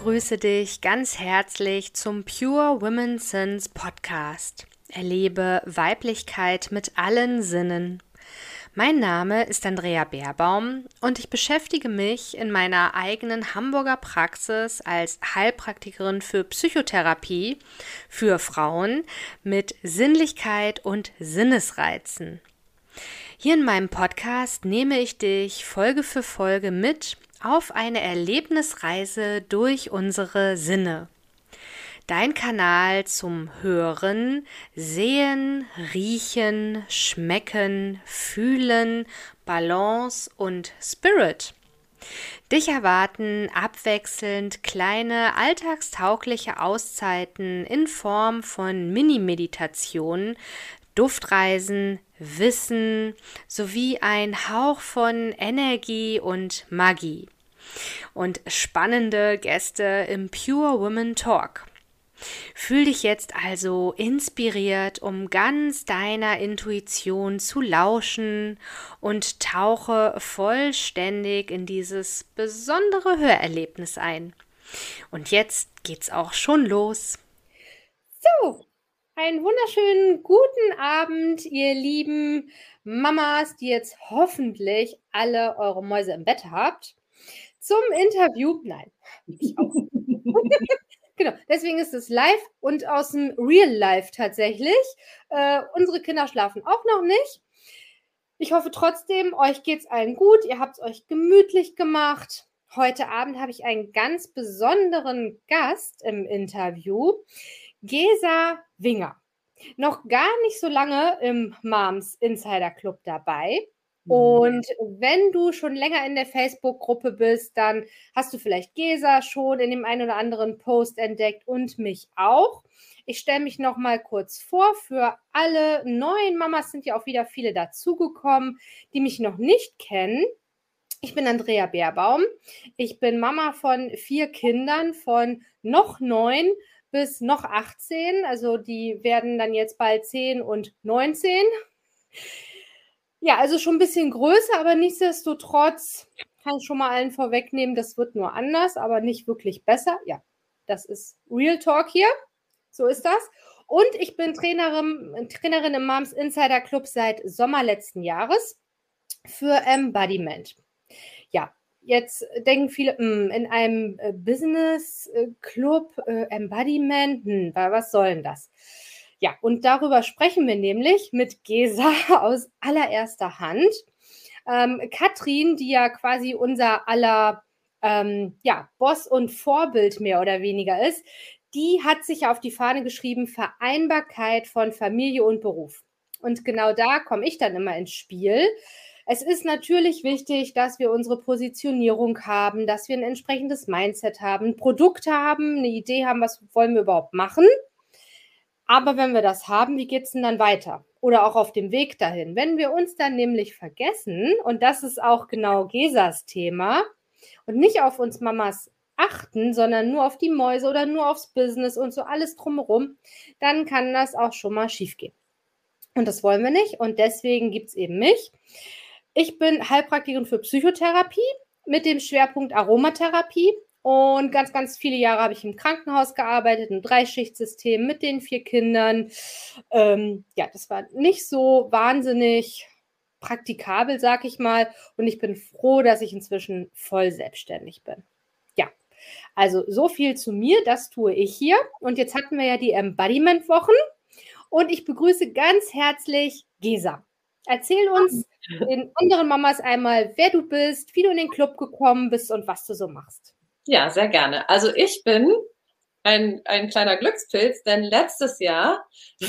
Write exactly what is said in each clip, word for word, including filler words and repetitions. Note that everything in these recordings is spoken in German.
begrüße dich ganz herzlich zum Pure Women Sins Podcast. Erlebe Weiblichkeit mit allen Sinnen. Mein Name ist Andrea Beerbaum und ich beschäftige mich in meiner eigenen Hamburger Praxis als Heilpraktikerin für Psychotherapie für Frauen mit Sinnlichkeit und Sinnesreizen. Hier in meinem Podcast nehme ich dich Folge für Folge mit auf eine Erlebnisreise durch unsere Sinne. Dein Kanal zum Hören, Sehen, Riechen, Schmecken, Fühlen, Balance und Spirit. Dich erwarten abwechselnd kleine alltagstaugliche Auszeiten in Form von Mini-Meditationen, Duftreisen, Wissen sowie ein Hauch von Energie und Magie und spannende Gäste im Pure Women Talk. Fühl dich jetzt also inspiriert, um ganz deiner Intuition zu lauschen und tauche vollständig in dieses besondere Hörerlebnis ein. Und jetzt geht's auch schon los. So, einen wunderschönen guten Abend, ihr lieben Mamas, die jetzt hoffentlich alle eure Mäuse im Bett habt, zum Interview. Nein, ich auch. Genau, deswegen ist es live und aus dem Real Life tatsächlich. Äh, unsere Kinder schlafen auch noch nicht. Ich hoffe trotzdem, euch geht's allen gut. Ihr habt es euch gemütlich gemacht. Heute Abend habe ich einen ganz besonderen Gast im Interview, Gesa Winger. Noch gar nicht so lange im Moms Insider Club dabei. Und wenn du schon länger in der Facebook-Gruppe bist, dann hast du vielleicht Gesa schon in dem einen oder anderen Post entdeckt und mich auch. Ich stelle mich noch mal kurz vor. Für alle neuen Mamas sind ja auch wieder viele dazugekommen, die mich noch nicht kennen. Ich bin Andrea Beerbaum. Ich bin Mama von vier Kindern von noch neun bis noch achtzehn. Also die werden dann jetzt bald zehn und neunzehn. Ja, also schon ein bisschen größer, aber nichtsdestotrotz kann ich schon mal allen vorwegnehmen, das wird nur anders, aber nicht wirklich besser. Ja, das ist Real Talk hier. So ist das. Und ich bin Trainerin, Trainerin im Moms Insider Club seit Sommer letzten Jahres für Embodiment. Ja, jetzt denken viele, mh, in einem Business Club äh, Embodiment, hm, was soll denn das? Ja, und darüber sprechen wir nämlich mit Gesa aus allererster Hand. Ähm, Katrin, die ja quasi unser aller ähm, ja, Boss und Vorbild mehr oder weniger ist, die hat sich auf die Fahne geschrieben, Vereinbarkeit von Familie und Beruf. Und genau da komme ich dann immer ins Spiel. Es ist natürlich wichtig, dass wir unsere Positionierung haben, dass wir ein entsprechendes Mindset haben, ein Produkt haben, eine Idee haben, was wollen wir überhaupt machen. Aber wenn wir das haben, wie geht es denn dann weiter? Oder auch auf dem Weg dahin? Wenn wir uns dann nämlich vergessen, und das ist auch genau Gesas Thema, und nicht auf uns Mamas achten, sondern nur auf die Mäuse oder nur aufs Business und so alles drumherum, dann kann das auch schon mal schief gehen. Und das wollen wir nicht. Und deswegen gibt es eben mich. Ich bin Heilpraktikerin für Psychotherapie mit dem Schwerpunkt Aromatherapie. Und ganz, ganz viele Jahre habe ich im Krankenhaus gearbeitet, im Dreischichtsystem mit den vier Kindern. Ähm, ja, das war nicht so wahnsinnig praktikabel, sag ich mal. Und ich bin froh, dass ich inzwischen voll selbstständig bin. Ja, also so viel zu mir, das tue ich hier. Und jetzt hatten wir ja die Embodiment-Wochen. Und ich begrüße ganz herzlich Gesa. Erzähl uns den anderen Mamas einmal, wer du bist, wie du in den Club gekommen bist und was du so machst. Ja, sehr gerne. Also ich bin ein, ein kleiner Glückspilz, denn letztes Jahr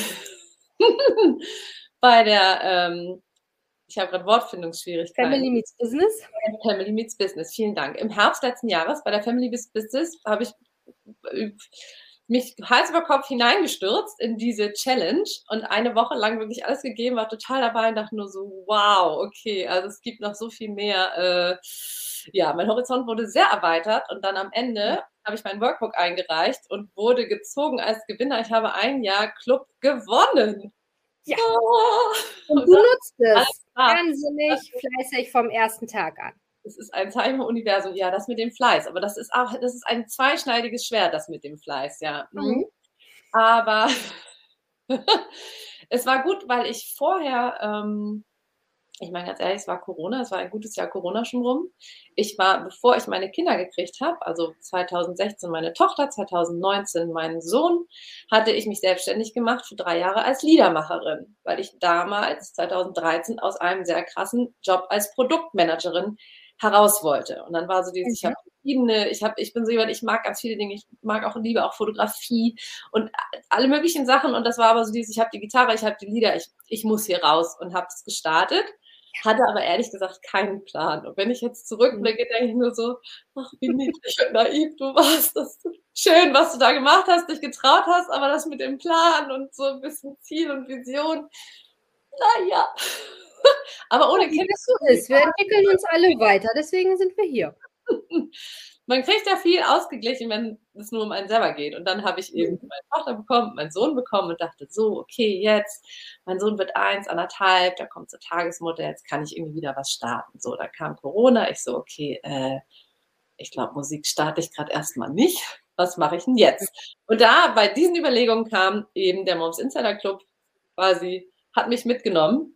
bei der, ähm, ich habe gerade Wortfindungsschwierigkeiten. Family Meets Business. Family Meets Business, vielen Dank. Im Herbst letzten Jahres bei der Family Meets Business habe ich mich Hals über Kopf hineingestürzt in diese Challenge und eine Woche lang wirklich alles gegeben, war total dabei und dachte nur so, wow, okay, also es gibt noch so viel mehr. Äh, ja, mein Horizont wurde sehr erweitert und dann am Ende habe ich mein Workbook eingereicht und wurde gezogen als Gewinner. Ich habe ein Jahr Club gewonnen. Ja. Oh. Und du nutzt es wahnsinnig fleißig vom ersten Tag an. es ist ein Zeichen vom Universum. Ja, das mit dem Fleiß. Aber das ist auch, das ist ein zweischneidiges Schwert, das mit dem Fleiß, ja. Mhm. Aber es war gut, weil ich vorher, ähm, ich meine ganz ehrlich, es war Corona, es war ein gutes Jahr Corona schon rum. Ich war, bevor ich meine Kinder gekriegt habe, also zwanzig sechzehn meine Tochter, zwanzig neunzehn meinen Sohn, hatte ich mich selbstständig gemacht für drei Jahre als Liedermacherin, weil ich damals, zwanzig dreizehn, aus einem sehr krassen Job als Produktmanagerin heraus wollte. Und dann war so dieses, ich habe verschiedene, ich habe, ich bin so jemand, ich mag ganz viele Dinge, ich mag auch Liebe, auch Fotografie und alle möglichen Sachen. Und das war aber so dieses, ich habe die Gitarre, ich habe die Lieder, ich, ich muss hier raus und habe es gestartet. Hatte aber ehrlich gesagt keinen Plan. Und wenn ich jetzt zurückblicke, denke ich nur so, ach, wie niedlich und naiv du warst. Das ist schön, was du da gemacht hast, dich getraut hast, aber das mit dem Plan und so ein bisschen Ziel und Vision, naja. Aber ohne Kinder. Wie das so ist. Wir entwickeln uns alle weiter, deswegen sind wir hier. Man kriegt ja viel ausgeglichen, wenn es nur um einen selber geht. Und dann habe ich eben meine Tochter bekommen, meinen Sohn bekommen und dachte, so, okay, jetzt, mein Sohn wird eins, anderthalb, da kommt zur Tagesmutter, jetzt kann ich irgendwie wieder was starten. So, da kam Corona, ich so, okay, äh, ich glaube, Musik starte ich gerade erstmal nicht. Was mache ich denn jetzt? Und da, bei diesen Überlegungen kam eben der Moms Insider Club quasi, hat mich mitgenommen.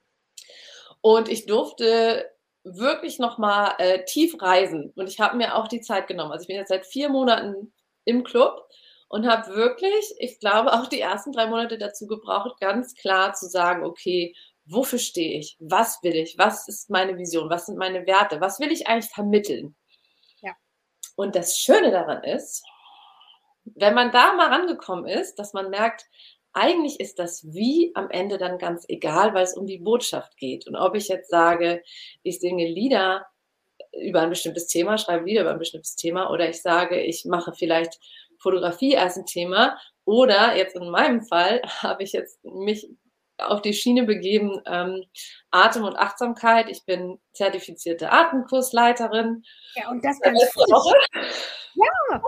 Und ich durfte wirklich nochmal äh, tief reisen. Und ich habe mir auch die Zeit genommen. Also ich bin jetzt seit vier Monaten im Club und habe wirklich, ich glaube, auch die ersten drei Monate dazu gebraucht, ganz klar zu sagen, okay, wofür stehe ich? Was will ich? Was ist meine Vision? Was sind meine Werte? Was will ich eigentlich vermitteln? Ja. Und das Schöne daran ist, wenn man da mal rangekommen ist, dass man merkt, eigentlich ist das Wie am Ende dann ganz egal, weil es um die Botschaft geht. Und ob ich jetzt sage, ich singe Lieder über ein bestimmtes Thema, schreibe Lieder über ein bestimmtes Thema, oder ich sage, ich mache vielleicht Fotografie als ein Thema, oder jetzt in meinem Fall habe ich jetzt mich auf die Schiene begeben, ähm, Atem und Achtsamkeit. Ich bin zertifizierte Atemkursleiterin. Ja, und das ganz frisch. Ja.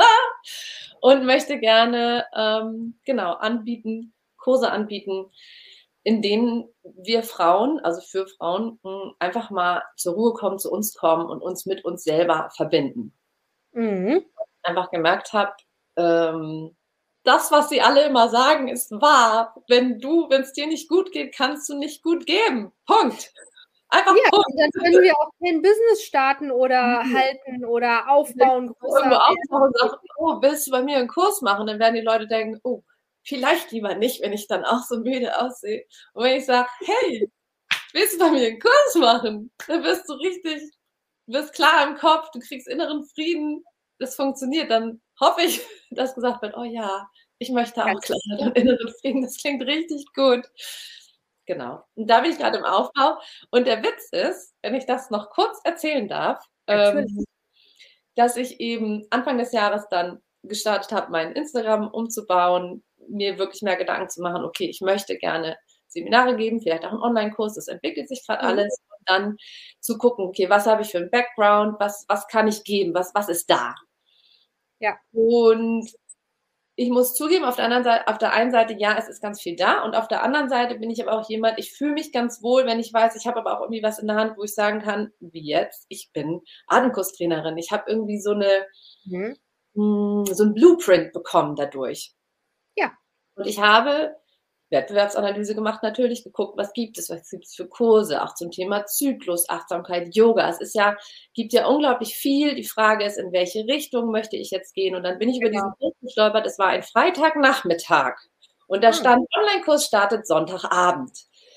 Und möchte gerne ähm, genau anbieten, Kurse anbieten, in denen wir Frauen, also für Frauen, mh, einfach mal zur Ruhe kommen, zu uns kommen und uns mit uns selber verbinden. Mhm. Einfach gemerkt habe, ähm, das, was sie alle immer sagen, ist wahr. Wenn du, wenn es dir nicht gut geht, kannst du nicht gut geben. Punkt. Einfach ja, Punkt. und dann können wir auch kein Business starten oder mhm. halten oder aufbauen. Irgendwo aufbauen und sagen, oh, willst du bei mir einen Kurs machen? Dann werden die Leute denken, oh, vielleicht lieber nicht, wenn ich dann auch so müde aussehe. Und wenn ich sage, hey, willst du bei mir einen Kurs machen? Dann wirst du richtig, du wirst klar im Kopf, du kriegst inneren Frieden, das funktioniert. Dann hoffe ich, dass gesagt wird, oh ja, ich möchte auch Klarheit und inneren Frieden. Das klingt richtig gut. Genau. Und da bin ich gerade im Aufbau. Und der Witz ist, wenn ich das noch kurz erzählen darf, ähm, dass ich eben Anfang des Jahres dann gestartet habe, mein Instagram umzubauen, mir wirklich mehr Gedanken zu machen, okay, ich möchte gerne Seminare geben, vielleicht auch einen Online-Kurs, das entwickelt sich gerade mhm. alles. Und dann zu gucken, okay, was habe ich für einen Background, was, was kann ich geben, was, was ist da? Ja. Und ich muss zugeben, auf der anderen Seite, auf der einen Seite, ja, es ist ganz viel da, und auf der anderen Seite bin ich aber auch jemand, ich fühle mich ganz wohl, wenn ich weiß, ich habe aber auch irgendwie was in der Hand, wo ich sagen kann, wie jetzt, ich bin Atemkurstrainerin, ich habe irgendwie so eine, mhm. mh, so ein Blueprint bekommen dadurch. Ja. Und ich habe Wettbewerbsanalyse gemacht, natürlich geguckt, was gibt es, was gibt es für Kurse, auch zum Thema Zyklus, Achtsamkeit, Yoga. Es ist ja, gibt ja unglaublich viel. Die Frage ist, in welche Richtung möchte ich jetzt gehen? Und dann bin ich genau. über diesen Kurs gestolpert. Es war ein Freitagnachmittag und da stand, hm. Online-Kurs startet Sonntagabend.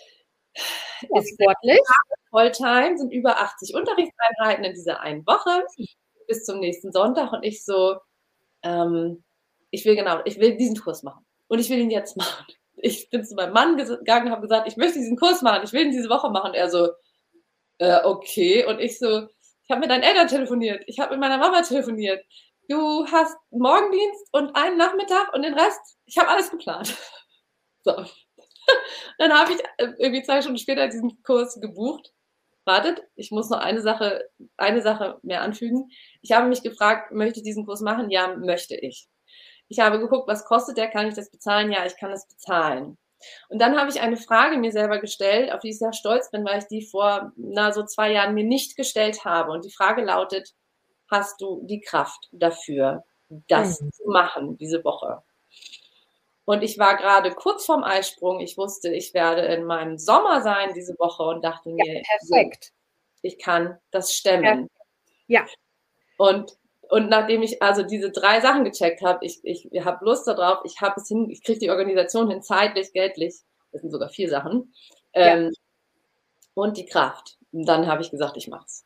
Ja, ist sportlich. Volltime, sind über achtzig Unterrichtseinheiten in dieser einen Woche bis zum nächsten Sonntag, und ich so, ähm, ich will genau, ich will diesen Kurs machen und ich will ihn jetzt machen. Ich bin zu meinem Mann gegangen und habe gesagt, ich möchte diesen Kurs machen, ich will ihn diese Woche machen. Und er so, äh, okay. Und ich so, ich habe mit deinen Eltern telefoniert, ich habe mit meiner Mama telefoniert. Du hast Morgendienst und einen Nachmittag und den Rest, ich habe alles geplant. So. Dann habe ich irgendwie zwei Stunden später diesen Kurs gebucht. Wartet, ich muss noch eine Sache, eine Sache mehr anfügen. Ich habe mich gefragt, möchte ich diesen Kurs machen? Ja, möchte ich. Ich habe geguckt, was kostet der? Kann ich das bezahlen? Ja, ich kann das bezahlen. Und dann habe ich eine Frage mir selber gestellt, auf die ich sehr stolz bin, weil ich die vor na, so zwei Jahren mir nicht gestellt habe. Und die Frage lautet, hast du die Kraft dafür, das Mhm. zu machen, diese Woche? Und ich war gerade kurz vorm Eisprung. Ich wusste, ich werde in meinem Sommer sein diese Woche und dachte Ja, mir, perfekt. ich kann das stemmen. Ja. Und, und nachdem ich also diese drei Sachen gecheckt habe, ich, ich habe Lust darauf, ich habe es hin, ich kriege die Organisation hin, zeitlich, geldlich, das sind sogar vier Sachen, ähm, Ja. und die Kraft. Und dann habe ich gesagt, ich mach's.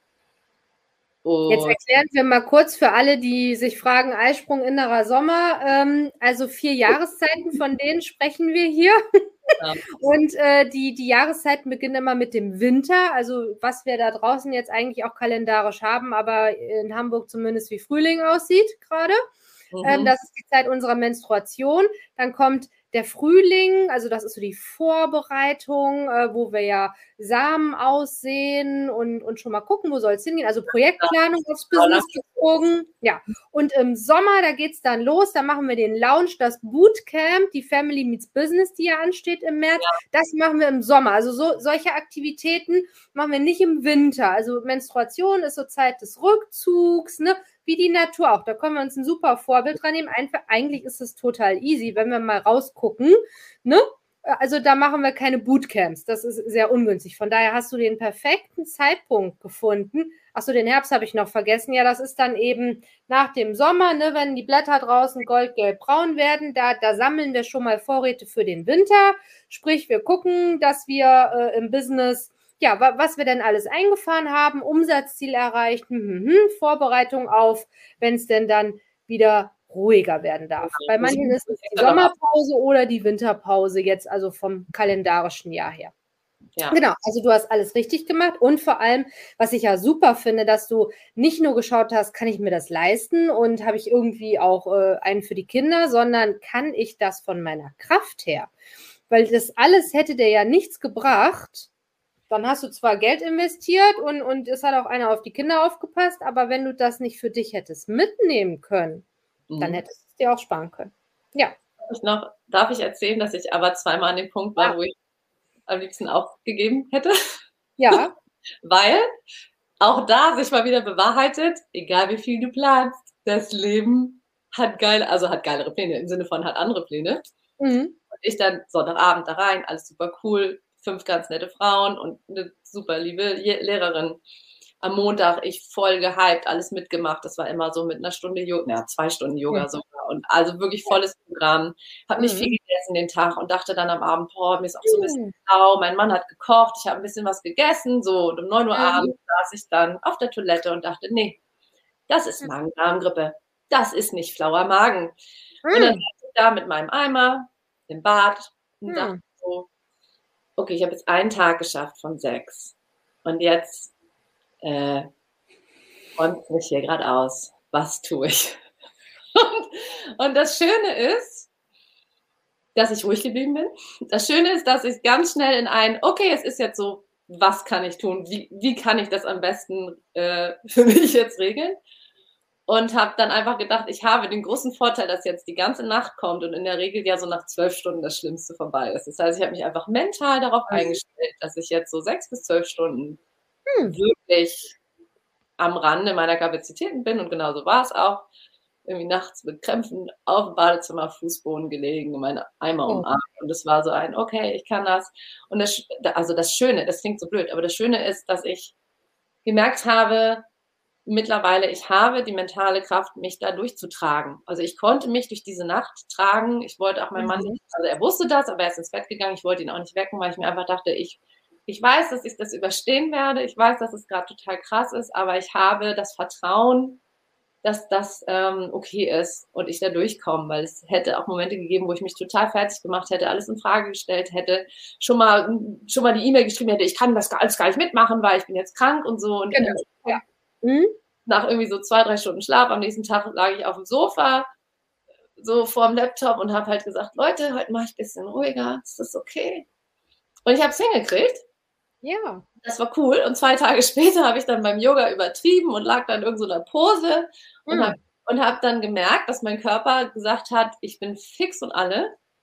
Jetzt Und erklären wir mal kurz für alle, die sich fragen, Eisprung, innerer Sommer. Ähm, also vier Jahreszeiten, von denen sprechen wir hier. ja, Und äh, die, die Jahreszeiten beginnen immer mit dem Winter. Also was wir da draußen jetzt eigentlich auch kalendarisch haben, aber in Hamburg zumindest wie Frühling aussieht gerade. Ähm, mhm. das ist die Zeit unserer Menstruation. Dann kommt der Frühling, also das ist so die Vorbereitung, äh, wo wir ja Samen aussehen und, und schon mal gucken, wo soll es hingehen. Also Projektplanung aufs Business bezogen. Ja. Und im Sommer, da geht es dann los, da machen wir den Launch, das Bootcamp, die Family Meets Business, die ja ansteht im März. Ja. Das machen wir im Sommer. Also so, solche Aktivitäten machen wir nicht im Winter. Also Menstruation ist so Zeit des Rückzugs, ne? Wie die Natur auch. Da können wir uns ein super Vorbild dran nehmen. Einfach, eigentlich ist es total easy, wenn wir mal rausgucken. Ne? Also da machen wir keine Bootcamps. Das ist sehr ungünstig. Von daher hast du den perfekten Zeitpunkt gefunden. Achso, den Herbst habe ich noch vergessen. Ja, das ist dann eben nach dem Sommer, ne, wenn die Blätter draußen goldgelb-braun werden. Da, da sammeln wir schon mal Vorräte für den Winter. Sprich, wir gucken, dass wir äh, im Business ja, was wir denn alles eingefahren haben, Umsatzziel erreicht, hm, hm, hm, Vorbereitung auf, wenn es denn dann wieder ruhiger werden darf. Ja, bei manchen ist es die Sommerpause oder die Winterpause jetzt, also vom kalendarischen Jahr her. Ja. Genau, also du hast alles richtig gemacht und vor allem, was ich ja super finde, dass du nicht nur geschaut hast, kann ich mir das leisten und habe ich irgendwie auch äh, einen für die Kinder, sondern kann ich das von meiner Kraft her? Weil das alles hätte dir ja nichts gebracht. Dann hast du zwar Geld investiert und, und es hat auch einer auf die Kinder aufgepasst, aber wenn du das nicht für dich hättest mitnehmen können, mhm. dann hättest du es dir auch sparen können. Ja. Ich noch, darf ich erzählen, dass ich aber zweimal an dem Punkt war, ja. wo ich am liebsten aufgegeben hätte? Ja. Weil auch da sich mal wieder bewahrheitet, egal wie viel du planst, das Leben hat geile, also hat geilere Pläne, im Sinne von hat andere Pläne. Mhm. Und ich dann Sonntagabend da rein, alles super cool, fünf ganz nette Frauen und eine super liebe Lehrerin. Am Montag ich voll gehypt, alles mitgemacht. Das war immer so mit einer Stunde Yoga, ja, zwei Stunden Yoga ja. sogar. Und also wirklich volles Programm. Hab nicht mhm. viel gegessen den Tag und dachte dann am Abend, boah, mir ist auch so ein bisschen blau. Mein Mann hat gekocht, ich habe ein bisschen was gegessen. So, und um neun Uhr mhm. abends saß ich dann auf der Toilette und dachte, nee, das ist Magen-Darm-Grippe. Das ist nicht flauer Magen. Mhm. Und dann saß ich da mit meinem Eimer im Bad und mhm. dachte so, okay, ich habe jetzt einen Tag geschafft von sechs. Und jetzt äh, räumt mich hier gerade aus. Was tue ich? und, und das Schöne ist, dass ich ruhig geblieben bin. Das Schöne ist, dass ich ganz schnell in ein, okay, es ist jetzt so, was kann ich tun? Wie, wie kann ich das am besten äh, für mich jetzt regeln? Und habe dann einfach gedacht, ich habe den großen Vorteil, dass jetzt die ganze Nacht kommt und in der Regel ja so nach zwölf Stunden das Schlimmste vorbei ist. Das heißt, ich habe mich einfach mental darauf eingestellt, dass ich jetzt so sechs bis zwölf Stunden hm. wirklich am Rande meiner Kapazitäten bin und genauso war es auch. Irgendwie nachts mit Krämpfen auf dem Badezimmer, Fußboden gelegen und meine Eimer Oh. umarmt. Und es war so ein, okay, ich kann das. Und das, also das Schöne, das klingt so blöd, aber das Schöne ist, dass ich gemerkt habe, mittlerweile, ich habe die mentale Kraft, mich da durchzutragen. Also ich konnte mich durch diese Nacht tragen. Ich wollte auch meinen Mann nicht, also er wusste das, aber er ist ins Bett gegangen. Ich wollte ihn auch nicht wecken, weil ich mir einfach dachte, ich, ich weiß, dass ich das überstehen werde. Ich weiß, dass es gerade total krass ist, aber ich habe das Vertrauen, dass das ähm, okay ist und ich da durchkomme, weil es hätte auch Momente gegeben, wo ich mich total fertig gemacht hätte, alles in Frage gestellt hätte, schon mal, schon mal die E-Mail geschrieben hätte, ich kann das alles gar nicht mitmachen, weil ich bin jetzt krank und so. Und genau. äh, ja. Mhm. Nach irgendwie so zwei, drei Stunden Schlaf, am nächsten Tag lag ich auf dem Sofa, so vorm Laptop und habe halt gesagt, Leute, heute mache ich ein bisschen ruhiger, ist das okay? Und ich habe es hingekriegt. Ja. Das war cool. Und zwei Tage später habe ich dann beim Yoga übertrieben und lag dann in irgendeiner Pose und mhm. habe und hab dann gemerkt, dass mein Körper gesagt hat, ich bin fix und alle.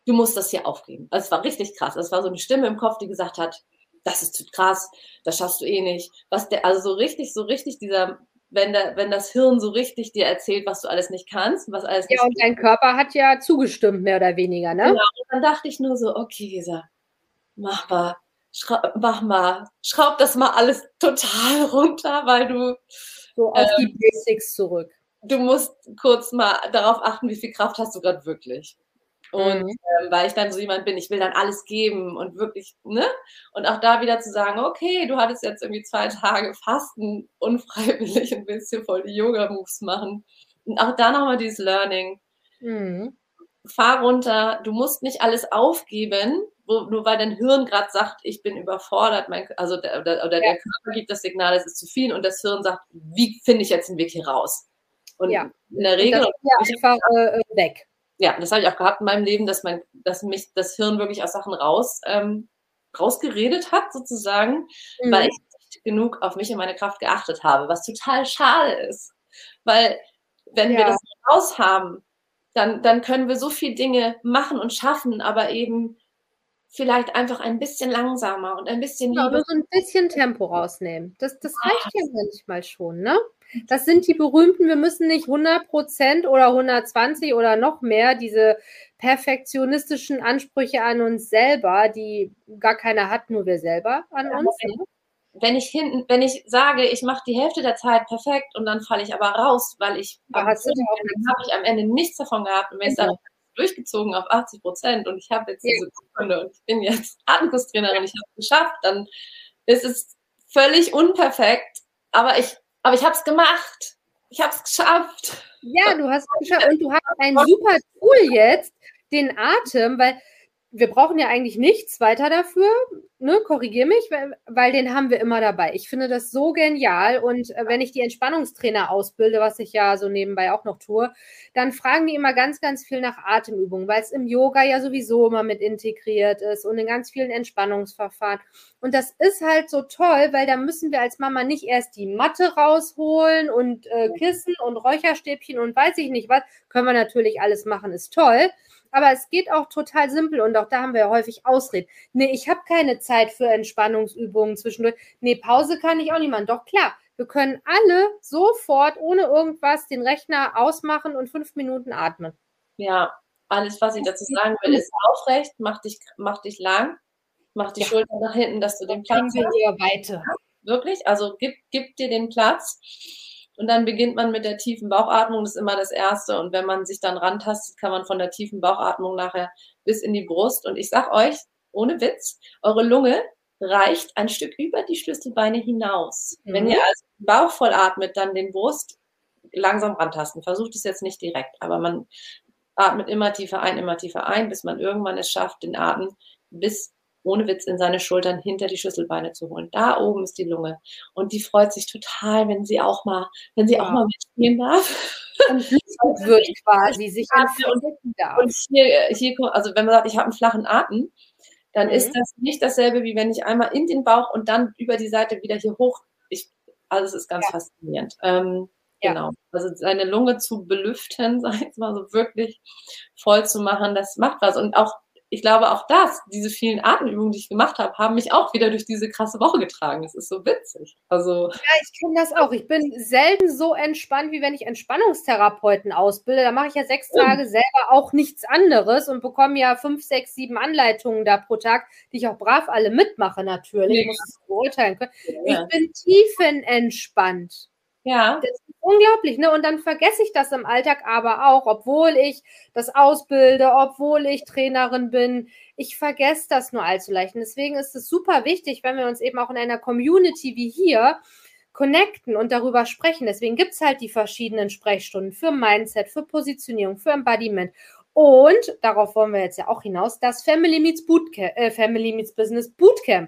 du musst das hier aufgeben. Also es war richtig krass. Es war so eine Stimme im Kopf, die gesagt hat, das ist zu krass, das schaffst du eh nicht. Was der, also so richtig, so richtig dieser, wenn der, wenn das Hirn so richtig dir erzählt, was du alles nicht kannst, was alles nicht Ja, und dein Körper hat ja zugestimmt, mehr oder weniger, ne? Genau. Und dann dachte ich nur so, okay, Gesa, mach mal, schraub, mach mal, schraub das mal alles total runter, weil du so auf ähm, die Basics zurück. Du musst kurz mal darauf achten, wie viel Kraft hast du gerade wirklich. Und mhm. ähm, weil ich dann so jemand bin, ich will dann alles geben und wirklich, ne? Und auch da wieder zu sagen, okay, du hattest jetzt irgendwie zwei Tage Fasten unfreiwillig und willst hier voll die Yoga-Moves machen. Und auch da nochmal dieses Learning. Mhm. Fahr runter, du musst nicht alles aufgeben, wo, nur weil dein Hirn gerade sagt, ich bin überfordert, mein, also der, oder, oder ja. der Körper gibt das Signal, es ist zu viel und das Hirn sagt, wie finde ich jetzt einen Weg hier raus? Und ja. in der Regel... Und das ist ja einfach äh, weg. Ja, das habe ich auch gehabt in meinem Leben, dass, mein, dass mich das Hirn wirklich aus Sachen raus, ähm, rausgeredet hat, sozusagen, mhm. weil ich nicht genug auf mich und meine Kraft geachtet habe, was total schade ist. Weil wenn ja. wir das raus haben, dann, dann können wir so viele Dinge machen und schaffen, aber eben vielleicht einfach ein bisschen langsamer und ein bisschen ja, lieber. So ein bisschen Tempo rausnehmen. Das, das reicht ja manchmal schon, ne? Das sind die berühmten, wir müssen nicht hundert Prozent oder hundertzwanzig oder noch mehr, diese perfektionistischen Ansprüche an uns selber, die gar keiner hat, nur wir selber an ja, uns. Ne? Wenn ich hinten, wenn ich sage, ich mache die Hälfte der Zeit perfekt und dann falle ich aber raus, weil ich ja, am hast du dann habe ich am Ende nichts davon gehabt und wenn ich sage, durchgezogen auf achtzig Prozent und ich habe jetzt diese Sekunde und ich bin jetzt Atemkurstrainerin, ich habe es geschafft, dann ist es völlig unperfekt, aber ich, aber ich habe es gemacht. Ich habe es geschafft. Ja, du hast es geschafft und du hast ein super Tool jetzt, den Atem, weil wir brauchen ja eigentlich nichts weiter dafür, ne, korrigier mich, weil, weil den haben wir immer dabei. Ich finde das so genial und äh, wenn ich die Entspannungstrainer ausbilde, was ich ja so nebenbei auch noch tue, dann fragen die immer ganz, ganz viel nach Atemübungen, weil es im Yoga ja sowieso immer mit integriert ist und in ganz vielen Entspannungsverfahren. Und das ist halt so toll, weil da müssen wir als Mama nicht erst die Matte rausholen und äh, Kissen und Räucherstäbchen und weiß ich nicht was, können wir natürlich alles machen, ist toll. Aber es geht auch total simpel und auch da haben wir ja häufig Ausreden. Nee, ich habe keine Zeit für Entspannungsübungen zwischendurch. Nee, Pause kann ich auch nicht machen. Doch klar, wir können alle sofort ohne irgendwas den Rechner ausmachen und fünf Minuten atmen. Ja, alles, was ich dazu sagen will, ist aufrecht, mach dich, mach dich lang, mach die ja. Schultern nach hinten, dass du den Platz hast. Hier weiter. Wirklich, also gib, gib dir den Platz. Und dann beginnt man mit der tiefen Bauchatmung, das ist immer das Erste. Und wenn man sich dann rantastet, kann man von der tiefen Bauchatmung nachher bis in die Brust. Und ich sag euch, ohne Witz, eure Lunge reicht ein Stück über die Schlüsselbeine hinaus. Mhm. Wenn ihr also den Bauch voll atmet, dann den Brust langsam rantasten. Versucht es jetzt nicht direkt, aber man atmet immer tiefer ein, immer tiefer ein, bis man irgendwann es schafft, den Atem bis ohne Witz in seine Schultern hinter die Schlüsselbeine zu holen. Da oben ist die Lunge. Und die freut sich total, wenn sie auch mal, wenn sie ja. auch mal mitspielen darf. Und wird quasi sich entfalten darf. Und hier, hier, also wenn man sagt, ich habe einen flachen Atem, dann mhm. ist das nicht dasselbe, wie wenn ich einmal in den Bauch und dann über die Seite wieder hier hoch. Ich, also es ist ganz ja. faszinierend. Ähm, ja. Genau. Also seine Lunge zu belüften, sag ich jetzt mal so wirklich voll zu machen, das macht was. Und auch ich glaube, auch das, diese vielen Atemübungen, die ich gemacht habe, haben mich auch wieder durch diese krasse Woche getragen. Das ist so witzig. Also ja, ich kenne das auch. Ich bin selten so entspannt, wie wenn ich Entspannungstherapeuten ausbilde. Da mache ich ja sechs Tage selber auch nichts anderes und bekomme ja fünf, sechs, sieben Anleitungen da pro Tag, die ich auch brav alle mitmache natürlich. Ja. Ich muss es beurteilen können. Ja. Ich bin tiefenentspannt. Ja. Das ist unglaublich, ne? Und dann vergesse ich das im Alltag aber auch, obwohl ich das ausbilde, obwohl ich Trainerin bin. Ich vergesse das nur allzu leicht. Und deswegen ist es super wichtig, wenn wir uns eben auch in einer Community wie hier connecten und darüber sprechen. Deswegen gibt es halt die verschiedenen Sprechstunden für Mindset, für Positionierung, für Embodiment. Und, darauf wollen wir jetzt ja auch hinaus, das Family Meets Bootcamp, äh, Family Meets Business Bootcamp.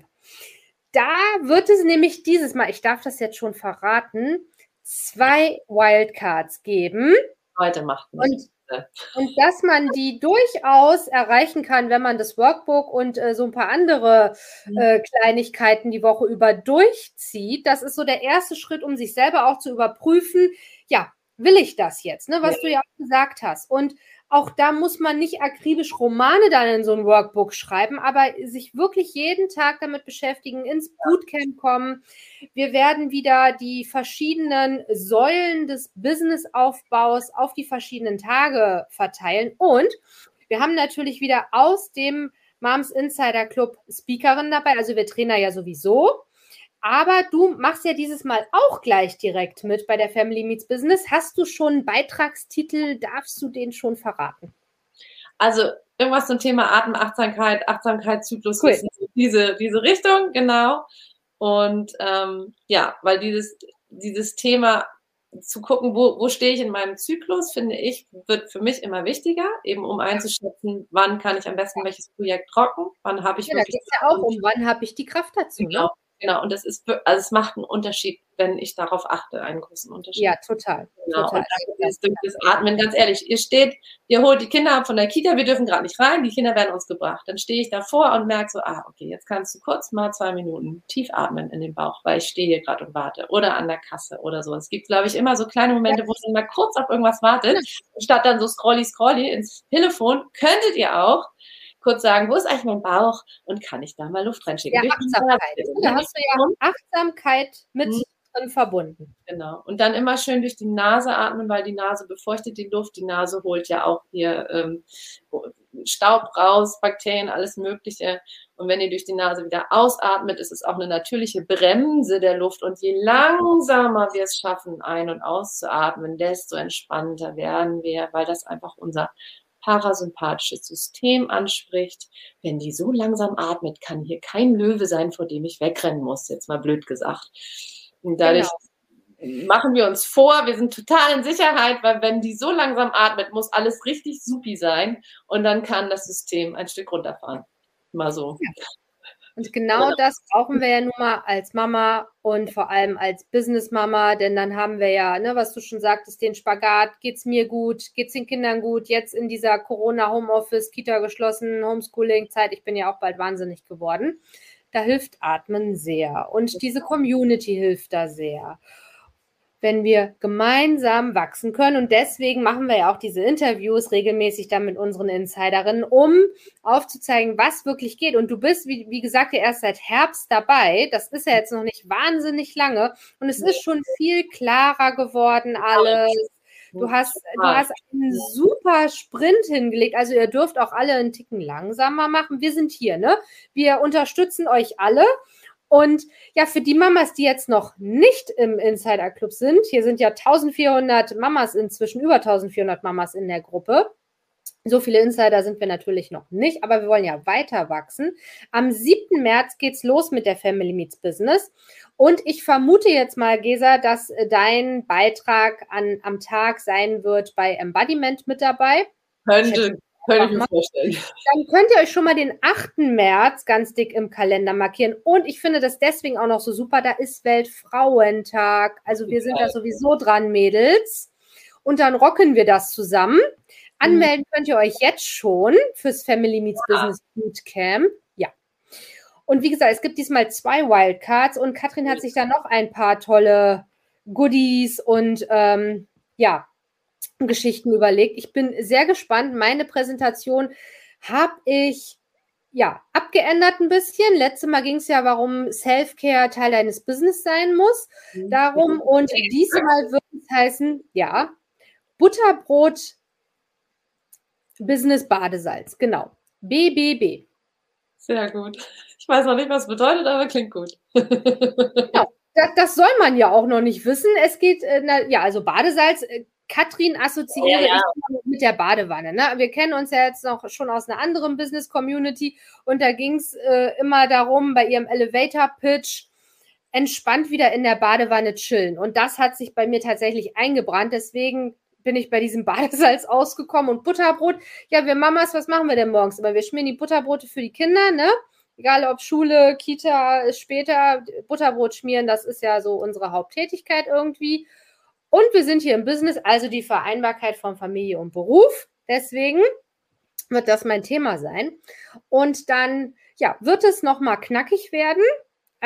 Da wird es nämlich dieses Mal, ich darf das jetzt schon verraten, zwei Wildcards geben. Heute macht und, und dass man die durchaus erreichen kann, wenn man das Workbook und äh, so ein paar andere äh, Kleinigkeiten die Woche über durchzieht. Das ist so der erste Schritt, um sich selber auch zu überprüfen, ja, will ich das jetzt, ne, was ja. du ja auch gesagt hast. Und Auch da muss man nicht akribisch Romane dann in so ein Workbook schreiben, aber sich wirklich jeden Tag damit beschäftigen, ins Bootcamp kommen. Wir werden wieder die verschiedenen Säulen des Businessaufbaus auf die verschiedenen Tage verteilen. Und wir haben natürlich wieder aus dem Moms Insider Club Speakerin dabei. Also wir Trainer ja sowieso. Aber du machst ja dieses Mal auch gleich direkt mit bei der Family Meets Business. Hast du schon einen Beitragstitel? Darfst du den schon verraten? Also irgendwas zum Thema Atemachtsamkeit, Achtsamkeitszyklus, cool. diese, diese Richtung, genau. Und ähm, ja, weil dieses, dieses Thema zu gucken, wo, wo stehe ich in meinem Zyklus, finde ich, wird für mich immer wichtiger, eben um einzuschätzen, wann kann ich am besten welches Projekt rocken, wann habe ich ja, wirklich... Da geht es ja auch um, wann habe ich die Kraft dazu, genau. Ne? Genau, und das ist, also es macht einen Unterschied, wenn ich darauf achte, einen großen Unterschied. Ja, total. Genau. total. Und das, das, das Atmen, ganz ehrlich, ihr steht, ihr holt die Kinder ab von der Kita, wir dürfen gerade nicht rein, die Kinder werden uns gebracht. Dann stehe ich davor und merke so, ah, okay, jetzt kannst du kurz mal zwei Minuten tief atmen in den Bauch, weil ich stehe hier gerade und warte. Oder an der Kasse oder so. Es gibt, glaube ich, immer so kleine Momente, wo man mal kurz auf irgendwas wartet, statt dann so scrolly, scrolly ins Telefon, könntet ihr auch kurz sagen, wo ist eigentlich mein Bauch und kann ich da mal Luft reinschicken? Ja, Achtsamkeit. Da hast du ja Achtsamkeit mit hm. drin verbunden. Genau. Und dann immer schön durch die Nase atmen, weil die Nase befeuchtet die Luft. Die Nase holt ja auch hier ähm, Staub raus, Bakterien, alles Mögliche. Und wenn ihr durch die Nase wieder ausatmet, ist es auch eine natürliche Bremse der Luft. Und je langsamer wir es schaffen, ein- und auszuatmen, desto entspannter werden wir, weil das einfach unser parasympathisches System anspricht. Wenn die so langsam atmet, kann hier kein Löwe sein, vor dem ich wegrennen muss, jetzt mal blöd gesagt. Und dadurch genau. machen wir uns vor, wir sind total in Sicherheit, weil wenn die so langsam atmet, muss alles richtig supi sein und dann kann das System ein Stück runterfahren. Mal so. Ja. Und genau das brauchen wir ja nun mal als Mama und vor allem als Business-Mama, denn dann haben wir ja, ne, was du schon sagtest, den Spagat, geht's mir gut, geht's den Kindern gut, jetzt in dieser Corona-Homeoffice, Kita geschlossen, Homeschooling-Zeit, ich bin ja auch bald wahnsinnig geworden, da hilft Atmen sehr und diese Community hilft da sehr, wenn wir gemeinsam wachsen können. Und deswegen machen wir ja auch diese Interviews regelmäßig dann mit unseren Insiderinnen, um aufzuzeigen, was wirklich geht. Und du bist, wie, wie gesagt, ja erst seit Herbst dabei. Das ist ja jetzt noch nicht wahnsinnig lange. Und es ist schon viel klarer geworden alles. Du hast, du hast einen super Sprint hingelegt. Also ihr dürft auch alle einen Ticken langsamer machen. Wir sind hier, ne? Wir unterstützen euch alle. Und ja, für die Mamas, die jetzt noch nicht im Insider Club sind, hier sind ja eintausendvierhundert Mamas inzwischen, über eintausendvierhundert Mamas in der Gruppe. So viele Insider sind wir natürlich noch nicht, aber wir wollen ja weiter wachsen. Am siebten März geht's los mit der Family Meets Business. Und ich vermute jetzt mal, Gesa, dass dein Beitrag an, am Tag sein wird bei Embodiment mit dabei. Könnte. Könnte ich mir vorstellen. Dann könnt ihr euch schon mal den achten März ganz dick im Kalender markieren. Und ich finde das deswegen auch noch so super, da ist Weltfrauentag. Also wir sind da sowieso dran, Mädels. Und dann rocken wir das zusammen. Anmelden könnt ihr euch jetzt schon fürs Family Meets Business Bootcamp. Ja. Und wie gesagt, es gibt diesmal zwei Wildcards und Katrin hat sich da noch ein paar tolle Goodies und ähm, ja, Geschichten überlegt. Ich bin sehr gespannt. Meine Präsentation habe ich ja abgeändert ein bisschen. Letztes Mal ging es ja, warum Self-Care Teil deines Business sein muss. Darum und diesmal wird es heißen, ja, Butterbrot Business Badesalz. Genau. B B B. Sehr gut. Ich weiß noch nicht, was es bedeutet, aber klingt gut. Genau. Das, das soll man ja auch noch nicht wissen. Es geht, äh, na, ja, also Badesalz. Äh, Katrin assoziiere ja, ja. ich mit der Badewanne. Ne? Wir kennen uns ja jetzt noch schon aus einer anderen Business-Community und da ging es äh, immer darum, bei ihrem Elevator-Pitch entspannt wieder in der Badewanne chillen. Und das hat sich bei mir tatsächlich eingebrannt. Deswegen bin ich bei diesem Badesalz ausgekommen und Butterbrot. Ja, wir Mamas, was machen wir denn morgens? Aber wir schmieren die Butterbrote für die Kinder, ne? Egal ob Schule, Kita, später, Butterbrot schmieren, das ist ja so unsere Haupttätigkeit irgendwie. Und wir sind hier im Business, also die Vereinbarkeit von Familie und Beruf. Deswegen wird das mein Thema sein. Und dann, ja, wird es nochmal knackig werden. Also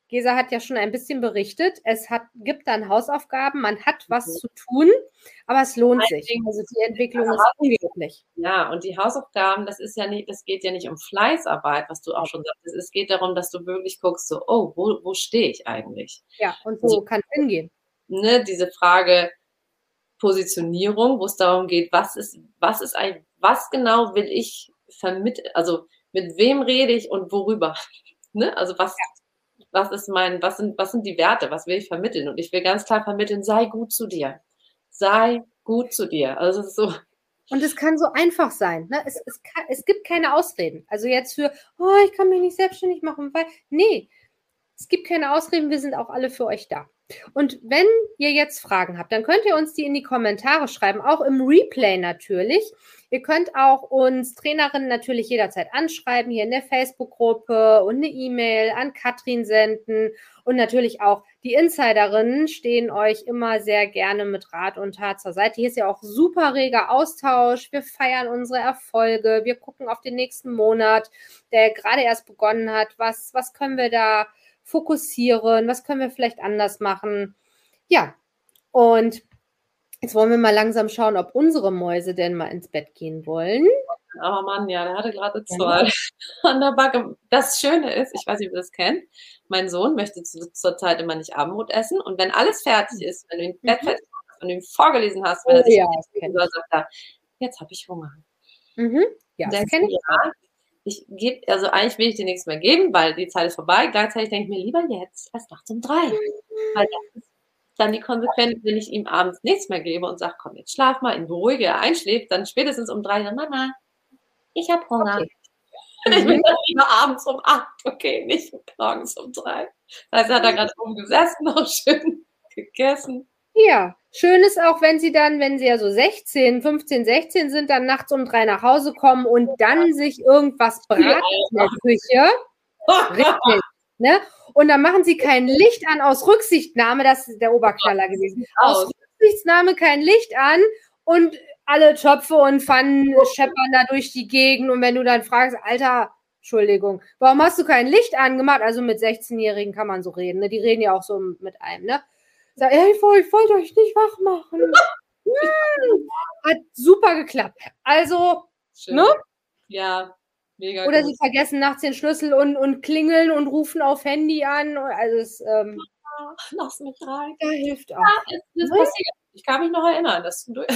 Gesa hat ja schon ein bisschen berichtet, es hat, gibt dann Hausaufgaben, man hat was zu tun, aber es lohnt sich. Also die Entwicklung ist unglaublich. Ja, und die Hausaufgaben, das ist ja nicht, das geht ja nicht um Fleißarbeit, was du auch schon sagtest. Es geht darum, dass du wirklich guckst, so, oh, wo, wo stehe ich eigentlich? Ja, und wo kann es hingehen? Ne, diese Frage Positionierung, wo es darum geht, was ist, was ist ein, was genau will ich vermitteln, also mit wem rede ich und worüber? Ne? Also was, ja. was ist mein, was sind, was sind die Werte, was will ich vermitteln? Und ich will ganz klar vermitteln, sei gut zu dir. Sei gut zu dir. Also es ist so. Und es kann so einfach sein. Ne? Es, es, kann, es gibt keine Ausreden. Also jetzt für, oh, ich kann mich nicht selbstständig machen, weil, nee, es gibt keine Ausreden, wir sind auch alle für euch da. Und wenn ihr jetzt Fragen habt, dann könnt ihr uns die in die Kommentare schreiben, auch im Replay natürlich. Ihr könnt auch uns Trainerinnen natürlich jederzeit anschreiben, hier in der Facebook-Gruppe und eine E-Mail an Katrin senden. Und natürlich auch die Insiderinnen stehen euch immer sehr gerne mit Rat und Tat zur Seite. Hier ist ja auch super reger Austausch. Wir feiern unsere Erfolge. Wir gucken auf den nächsten Monat, der gerade erst begonnen hat. Was, was können wir da fokussieren? Was können wir vielleicht anders machen? Ja, und jetzt wollen wir mal langsam schauen, ob unsere Mäuse denn mal ins Bett gehen wollen. Aber Mann, ja, der hatte gerade zwei an der Backe. Das Schöne ist, ich weiß nicht, ob ihr das kennt, mein Sohn möchte zu, zur Zeit immer nicht Abendbrot essen. Und wenn alles fertig ist, wenn du ihn Bett fertig hast, wenn du ihm vorgelesen hast, wenn oh, er sich ja, über sagt, er, jetzt habe ich Hunger. Mhm. Ja, das kenne ich. Ja, ich gebe, also eigentlich will ich dir nichts mehr geben, weil die Zeit ist vorbei. Gleichzeitig denke ich mir lieber jetzt als nachts um drei. Weil das ist dann die Konsequenz, wenn ich ihm abends nichts mehr gebe und sage, komm, jetzt schlaf mal, ihn beruhige, er einschläft, dann spätestens um drei, dann Mama, ich habe Hunger. Okay. Ich bin dann lieber abends um acht, okay, nicht morgens um drei. Das heißt, er hat da gerade oben gesessen, noch schön gegessen. Ja, schön ist auch, wenn sie dann, wenn sie ja so sechzehn, fünfzehn, sechzehn sind, dann nachts um drei nach Hause kommen und dann sich irgendwas braten in der Küche. Richtig. Ne? Und dann machen sie kein Licht an aus Rücksichtnahme, das ist der Oberknaller gewesen. Aus Rücksichtnahme kein Licht an und alle Töpfe und Pfannen scheppern da durch die Gegend. Und wenn du dann fragst, Alter, Entschuldigung, warum hast du kein Licht angemacht? Also mit sechzehnjährigen kann man so reden, ne? Die reden ja auch so mit einem, ne? Sag, ja, ich wollte wollt euch nicht wach machen. hm. Hat super geklappt. Also, schön. Ne? Ja, mega Oder gut. sie vergessen nachts den Schlüssel und, und klingeln und rufen auf Handy an. Also es, ähm, ja, lass mich rein. Da hilft auch. Ja, es, das ne? passiert. Ich kann mich noch erinnern, dass du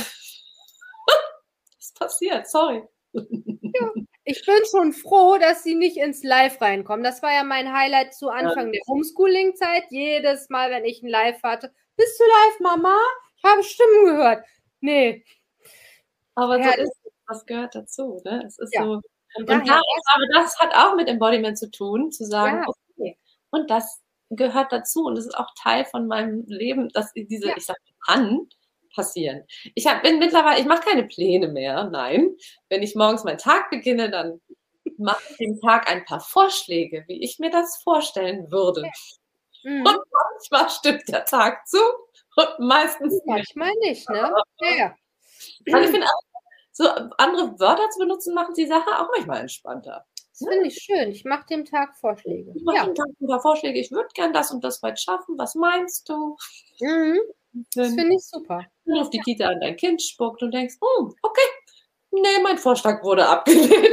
das passiert, sorry. Ja, ich bin schon froh, dass sie nicht ins Live reinkommen. Das war ja mein Highlight zu Anfang ja. der Homeschooling-Zeit. Jedes Mal, wenn ich ein Live hatte, bist du live, Mama? Ich habe Stimmen gehört. Nee. Aber ja, so ist es, das gehört dazu, ne? Es ist ja. so. Und, und da, aber das hat auch mit Embodiment zu tun, zu sagen, ja. okay, und das gehört dazu und das ist auch Teil von meinem Leben, dass diese, ja. ich sage, kann passieren. Ich hab, bin mittlerweile, ich mache keine Pläne mehr, nein. Wenn ich morgens meinen Tag beginne, dann mache ich dem Tag ein paar Vorschläge, wie ich mir das vorstellen würde. Mhm. Und manchmal stimmt der Tag zu und meistens und manchmal nicht. Manchmal nicht, ne? Ja. Also ich finde auch, so andere Wörter zu benutzen, machen die Sache auch manchmal entspannter. Das finde ich schön. Ich mache dem Tag Vorschläge. Ich mache ja. dem Tag ein paar Vorschläge. Ich würde gern das und das weit schaffen. Was meinst du? Mhm. Das finde ich super. Wenn du auf die Kita an dein Kind spuckt und denkst, oh, okay, nee, mein Vorschlag wurde abgelehnt.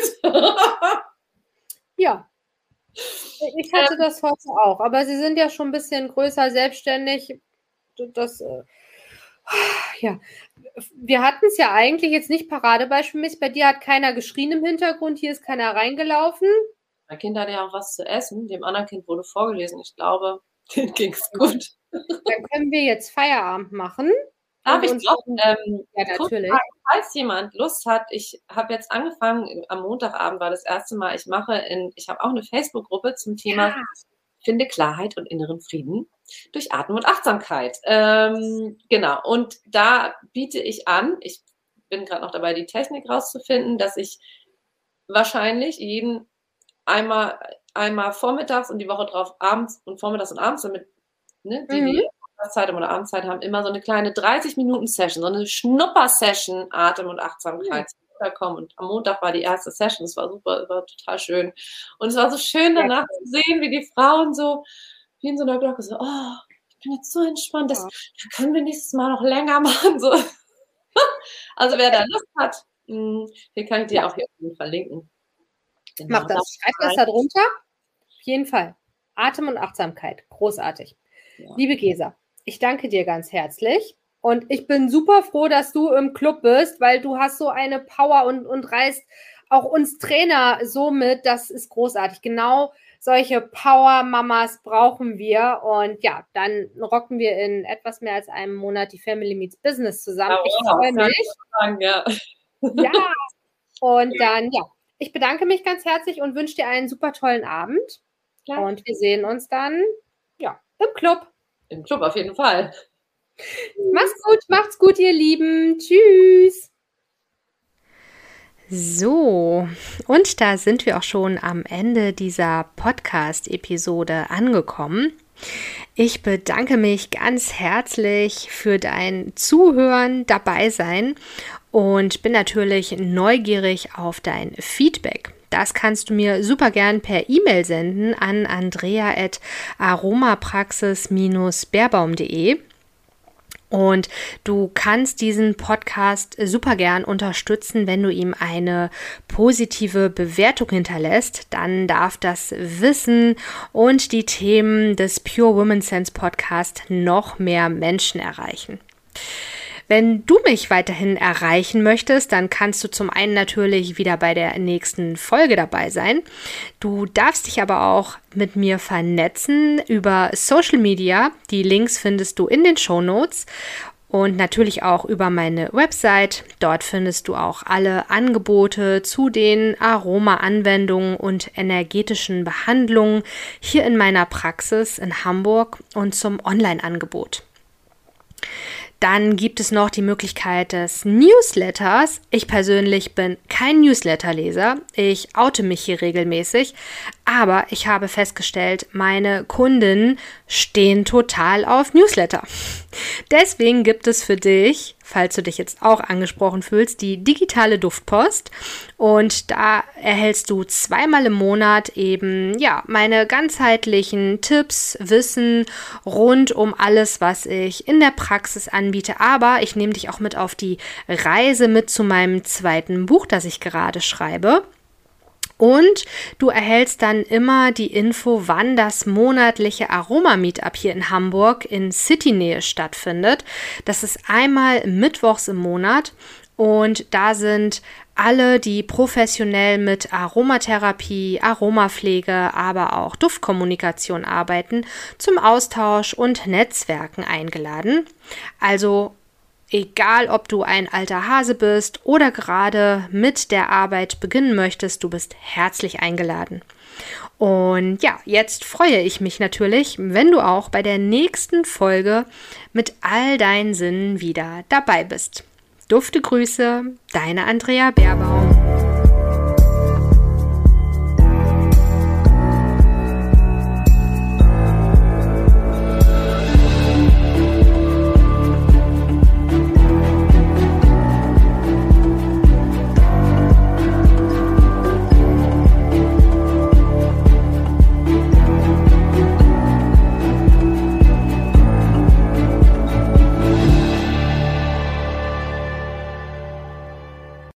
Ja. Ich hatte ähm, das heute auch. Aber sie sind ja schon ein bisschen größer, selbstständig. Das, äh, ja. Wir hatten es ja eigentlich jetzt nicht paradebeispielmäßig. Bei dir hat keiner geschrien im Hintergrund. Hier ist keiner reingelaufen. Mein Kind hatte ja auch was zu essen. Dem anderen Kind wurde vorgelesen. Ich glaube, denen ging es gut. Dann können wir jetzt Feierabend machen. Darf ich noch? Ähm, ja, natürlich. Fragen, falls jemand Lust hat, ich habe jetzt angefangen, am Montagabend war das erste Mal, ich mache in, ich habe auch eine Facebook-Gruppe zum Thema ja. Finde Klarheit und inneren Frieden durch Atmen und Achtsamkeit. Ähm, genau, und da biete ich an, ich bin gerade noch dabei, die Technik rauszufinden, dass ich wahrscheinlich jeden einmal, einmal vormittags und die Woche drauf abends und vormittags und abends, damit ne, die, mhm. die Zeit oder Abendzeit haben, immer so eine kleine dreißig Minuten Session, so eine Schnupper-Session Atem und Achtsamkeit mhm. kommen. Und am Montag war die erste Session, es war super, es war total schön. Und es war so schön danach ja. zu sehen, wie die Frauen so wie in so einer Glocke, so, oh, ich bin jetzt so entspannt, das, das können wir nächstes Mal noch länger machen. So. Also wer da Lust hat, mh, hier kann ich dir ja auch hier verlinken. Genau. Mach das, schreib das da drunter. Auf jeden Fall. Atem und Achtsamkeit, großartig. Ja. Liebe Gesa, ich danke dir ganz herzlich. Und ich bin super froh, dass du im Club bist, weil du hast so eine Power und, und reißt auch uns Trainer so mit. Das ist großartig. Genau solche Power-Mamas brauchen wir. Und ja, dann rocken wir in etwas mehr als einem Monat die Family Meets Business zusammen. Ja, ich freue mich. Sagen, ja. ja, und dann, ja, ich bedanke mich ganz herzlich und wünsche dir einen super tollen Abend. Ja. Und wir sehen uns dann, ja, im Club. Im Club auf jeden Fall. Macht's gut, macht's gut, ihr Lieben. Tschüss. So, und da sind wir auch schon am Ende dieser Podcast-Episode angekommen. Ich bedanke mich ganz herzlich für dein Zuhören, dabei sein und bin natürlich neugierig auf dein Feedback. Das kannst du mir super gern per E-Mail senden an andrea at aromapraxis dash beerbaum punkt de. Und du kannst diesen Podcast super gern unterstützen, wenn du ihm eine positive Bewertung hinterlässt. Dann darf das Wissen und die Themen des Pure Women Sense Podcast noch mehr Menschen erreichen. Wenn du mich weiterhin erreichen möchtest, dann kannst du zum einen natürlich wieder bei der nächsten Folge dabei sein. Du darfst dich aber auch mit mir vernetzen über Social Media. Die Links findest du in den Shownotes und natürlich auch über meine Website. Dort findest du auch alle Angebote zu den Aroma-Anwendungen und energetischen Behandlungen hier in meiner Praxis in Hamburg und zum Online-Angebot. Dann gibt es noch die Möglichkeit des Newsletters. Ich persönlich bin kein Newsletterleser. Ich oute mich hier regelmäßig. Aber ich habe festgestellt, meine Kunden stehen total auf Newsletter. Deswegen gibt es für dich, falls du dich jetzt auch angesprochen fühlst, die digitale Duftpost. Und da erhältst du zweimal im Monat eben ja meine ganzheitlichen Tipps, Wissen rund um alles, was ich in der Praxis anbiete. Aber ich nehme dich auch mit auf die Reise mit zu meinem zweiten Buch, das ich gerade schreibe. Und du erhältst dann immer die Info, wann das monatliche Aroma-Meetup hier in Hamburg in City-Nähe stattfindet. Das ist einmal mittwochs im Monat und da sind alle, die professionell mit Aromatherapie, Aromapflege, aber auch Duftkommunikation arbeiten, zum Austausch und Netzwerken eingeladen. Also egal, ob du ein alter Hase bist oder gerade mit der Arbeit beginnen möchtest, du bist herzlich eingeladen. Und ja, jetzt freue ich mich natürlich, wenn du auch bei der nächsten Folge mit all deinen Sinnen wieder dabei bist. Dufte Grüße, deine Andrea Beerbaum.